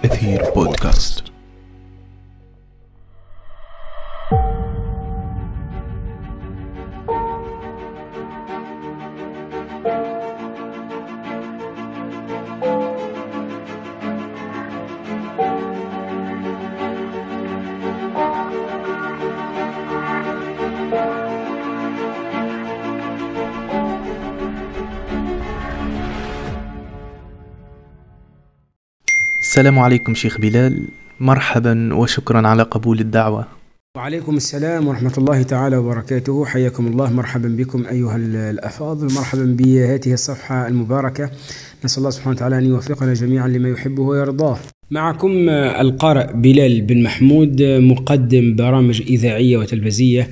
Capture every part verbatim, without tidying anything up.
أثير بودكاست. السلام عليكم شيخ بلال، مرحبا وشكرا على قبول الدعوة. وعليكم السلام ورحمة الله تعالى وبركاته، حياكم الله، مرحبا بكم أيها الأفاضل، مرحبا بهذه الصفحة المباركة. نسأل الله سبحانه وتعالى أن يوفقنا جميعا لما يحبه ويرضاه. معكم القارئ بلال بن محمود، مقدم برامج إذاعية وتلفزية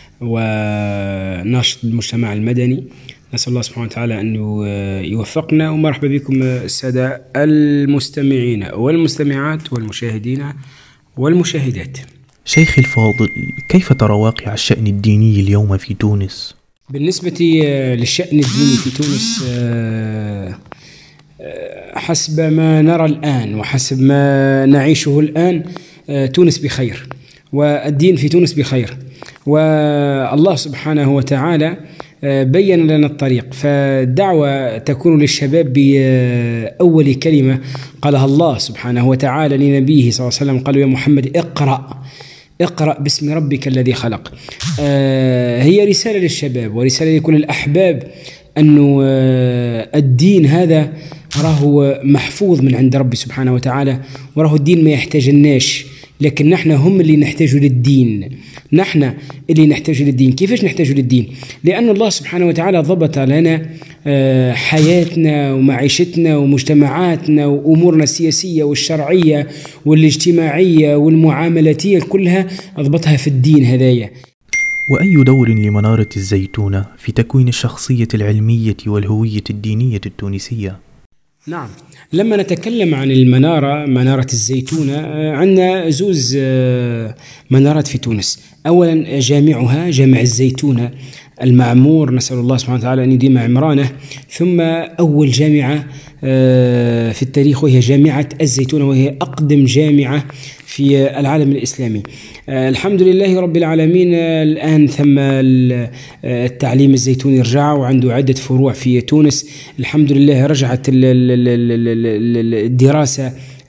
وناشط المجتمع المدني. نسأل الله سبحانه وتعالى أن يوفقنا، ومرحبا بكم السادة المستمعين والمستمعات والمشاهدين والمشاهدات. شيخي الفاضل، كيف ترى واقع الشأن الديني اليوم في تونس؟ بالنسبة للشأن الديني في تونس، حسب ما نرى الآن وحسب ما نعيشه الآن، تونس بخير، والدين في تونس بخير، والله سبحانه وتعالى بين لنا الطريق. فالدعوة تكون للشباب بأول كلمة قالها الله سبحانه وتعالى لنبيه صلى الله عليه وسلم، قالوا يا محمد اقرأ اقرأ باسم ربك الذي خلق. هي رسالة للشباب ورسالة لكل الأحباب أنه الدين هذا راه محفوظ من عند ربي سبحانه وتعالى، وراه الدين ما يحتاجناش، لكن نحن هم اللي نحتاج للدين. نحن اللي نحتاج للدين. كيفاش نحتاج للدين؟ لأن الله سبحانه وتعالى ضبط لنا حياتنا ومعيشتنا ومجتمعاتنا وأمورنا السياسية والشرعية والاجتماعية والمعاملاتية كلها أضبطها في الدين هذايا. وأي دور لمنارة الزيتونة في تكوين الشخصية العلمية والهوية الدينية التونسية؟ نعم، لما نتكلم عن المنارة، منارة الزيتونة، عندنا زوز منارات في تونس. أولا جامعها جامع الزيتونة المعمور، نسأل الله سبحانه وتعالى أن يديم عمرانه. ثم أول جامعة في التاريخ وهي جامعة الزيتونة، وهي أقدم جامعة في العالم الإسلامي. الحمد لله رب العالمين. الآن ثم التعليم الزيتوني رجع وعنده عدة فروع في تونس. الحمد لله رجعت الدراسة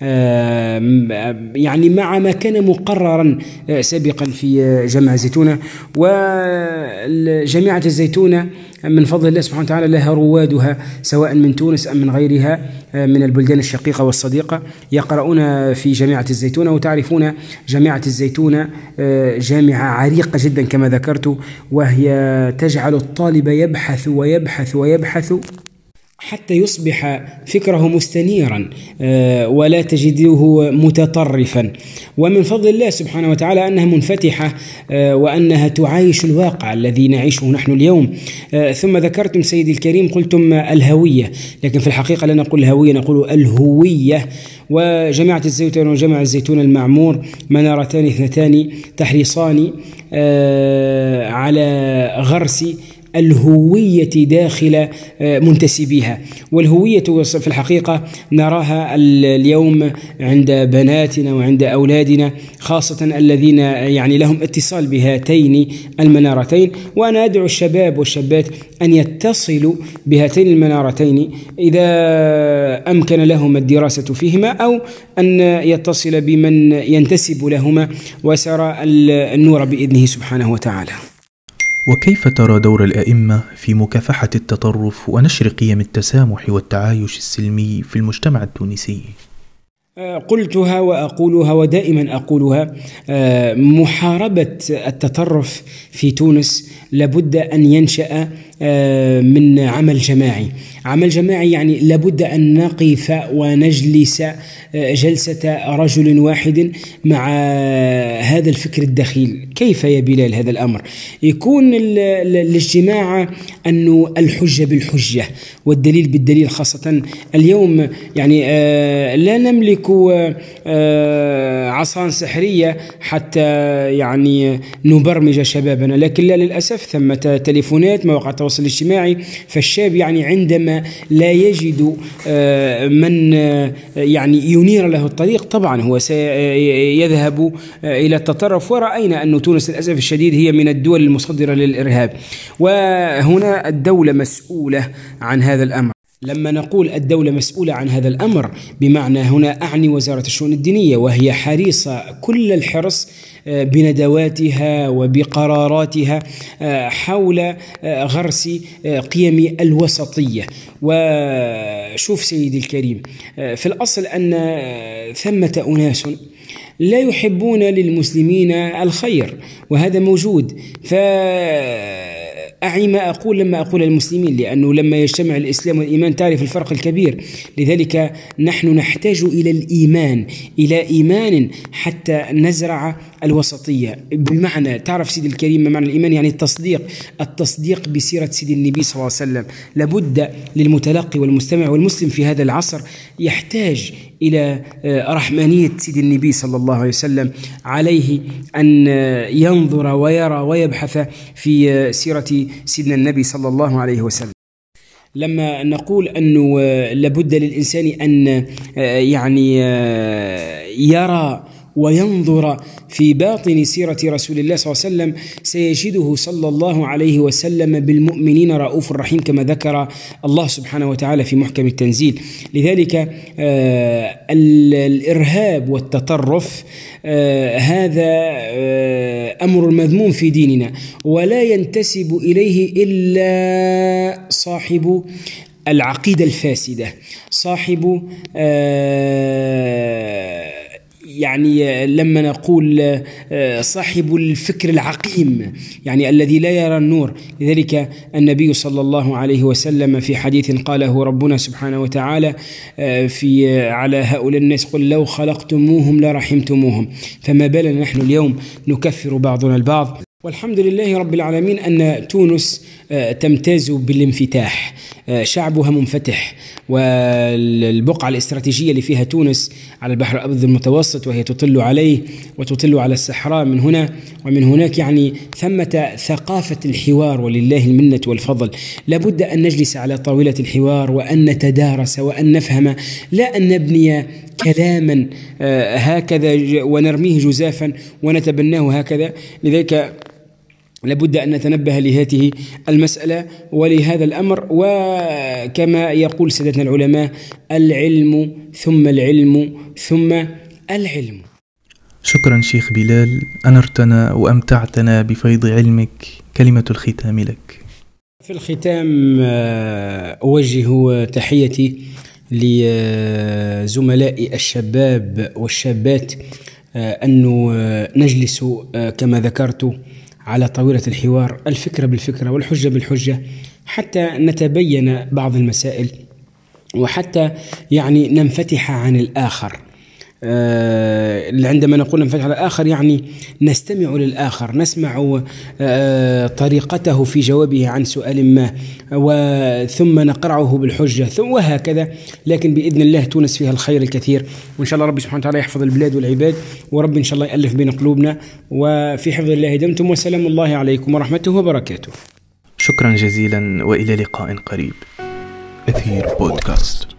يعني مع ما كان مقررا سابقا في جامعة الزيتونة. وجامعة الزيتونة من فضل الله سبحانه وتعالى لها روادها سواء من تونس أم من غيرها من البلدان الشقيقة والصديقة يقرؤون في جامعة الزيتونة. وتعرفون جامعة الزيتونة جامعة عريقة جدا كما ذكرت، وهي تجعل الطالب يبحث ويبحث ويبحث حتى يصبح فكره مستنيرا ولا تجده متطرفا. ومن فضل الله سبحانه وتعالى أنها منفتحة وأنها تعايش الواقع الذي نعيشه نحن اليوم. ثم ذكرتم سيدي الكريم، قلتم الهوية، لكن في الحقيقة لا نقول الهوية، نقول الهوية. وجامعة الزيتونة وجامعة الزيتونة المعمور منارتان اثنتان تحرصان على غرس الهوية داخل منتسبيها. والهوية في الحقيقة نراها اليوم عند بناتنا وعند أولادنا، خاصة الذين يعني لهم اتصال بهاتين المنارتين. وأنا أدعو الشباب والشابات أن يتصلوا بهاتين المنارتين إذا أمكن لهم الدراسة فيهما، أو أن يتصل بمن ينتسب لهما وسيرى النور بإذنه سبحانه وتعالى. وكيف ترى دور الأئمة في مكافحة التطرف ونشر قيم التسامح والتعايش السلمي في المجتمع التونسي؟ قلتها وأقولها ودائما أقولها، محاربة التطرف في تونس لابد أن ينشأ من عمل جماعي. عمل جماعي يعني لابد أن نقف ونجلس جلسة رجل واحد مع هذا الفكر الدخيل. كيف يا بلال هذا الأمر؟ يكون الاجتماع أنه الحجة بالحجة والدليل بالدليل، خاصة اليوم يعني لا نملك عصا سحرية حتى يعني نبرمج شبابنا، لكن لا، للأسف ثمة تليفونات، مواقع التواصل التواصل الاجتماعي، فالشاب يعني عندما لا يجد من يعني ينير له الطريق طبعا هو سيذهب إلى التطرف. ورأينا أن تونس للأسف الشديد هي من الدول المصدرة للإرهاب، وهنا الدولة مسؤولة عن هذا الأمر. لما نقول الدولة مسؤولة عن هذا الأمر بمعنى هنا أعني وزارة الشؤون الدينية، وهي حريصة كل الحرص بندواتها وبقراراتها حول غرس قيم الوسطية. وشوف سيدي الكريم، في الأصل أن ثمة أناس لا يحبون للمسلمين الخير، وهذا موجود. ف أعي ما أقول لما أقول المسلمين، لأنه لما يجتمع الإسلام والإيمان تعرف الفرق الكبير. لذلك نحن نحتاج إلى الإيمان، إلى إيمان حتى نزرع الوسطية. بمعنى تعرف سيدي الكريم ما معنى الإيمان؟ يعني التصديق، التصديق بسيرة سيدي النبي صلى الله عليه وسلم. لابد للمتلقي والمستمع والمسلم في هذا العصر يحتاج إلى رحمانية سيدي النبي صلى الله عليه وسلم، عليه أن ينظر ويرى ويبحث في سيرة سيدنا النبي صلى الله عليه وسلم. لما نقول أنه لابد للإنسان أن يعني يرى وينظر في باطن سيرة رسول الله صلى الله عليه وسلم، سيجده صلى الله عليه وسلم بالمؤمنين رؤوف رحيم، كما ذكر الله سبحانه وتعالى في محكم التنزيل. لذلك آه الإرهاب والتطرف آه هذا آه أمر مذموم في ديننا، ولا ينتسب إليه إلا صاحب العقيدة الفاسدة، صاحب آه يعني لما نقول صاحب الفكر العقيم، يعني الذي لا يرى النور. لذلك النبي صلى الله عليه وسلم في حديث قاله ربنا سبحانه وتعالى في على هؤلاء الناس: قل لو خلقتموهم لرحمتموهم. فما بالنا نحن اليوم نكفر بعضنا البعض. والحمد لله رب العالمين أن تونس تمتاز بالانفتاح، شعبها منفتح، والبقعة الاستراتيجية اللي فيها تونس على البحر الأبيض المتوسط، وهي تطل عليه وتطل على الصحراء من هنا ومن هناك، يعني ثمة ثقافة الحوار ولله المنة والفضل. لابد أن نجلس على طاولة الحوار وأن نتدارس وأن نفهم، لا أن نبني كلاما هكذا ونرميه جزافا ونتبناه هكذا. لذلك لابد أن نتنبه لهذه المسألة ولهذا الأمر. وكما يقول سادتنا العلماء: العلم ثم العلم ثم العلم. شكرا شيخ بلال، أنرتنا وأمتعتنا بفيض علمك. كلمة الختام لك. في الختام أوجه تحيتي لزملائي الشباب والشابات، أنه نجلس كما ذكرت على طاولة الحوار، الفكرة بالفكرة والحجة بالحجة، حتى نتبين بعض المسائل، وحتى يعني ننفتح عن الآخر. آه عندما نقول ننفتح على الآخر يعني نستمع للآخر، نسمع آه طريقته في جوابه عن سؤال ما، وثم نقرعه بالحجة، ثم وهكذا. لكن بإذن الله تونس فيها الخير الكثير، وإن شاء الله ربي سبحانه وتعالى يحفظ البلاد والعباد، ورب إن شاء الله يألف بين قلوبنا. وفي حفظ الله دمتم، وسلام الله عليكم ورحمته وبركاته. شكرا جزيلا، وإلى لقاء قريب. أثير بودكاست.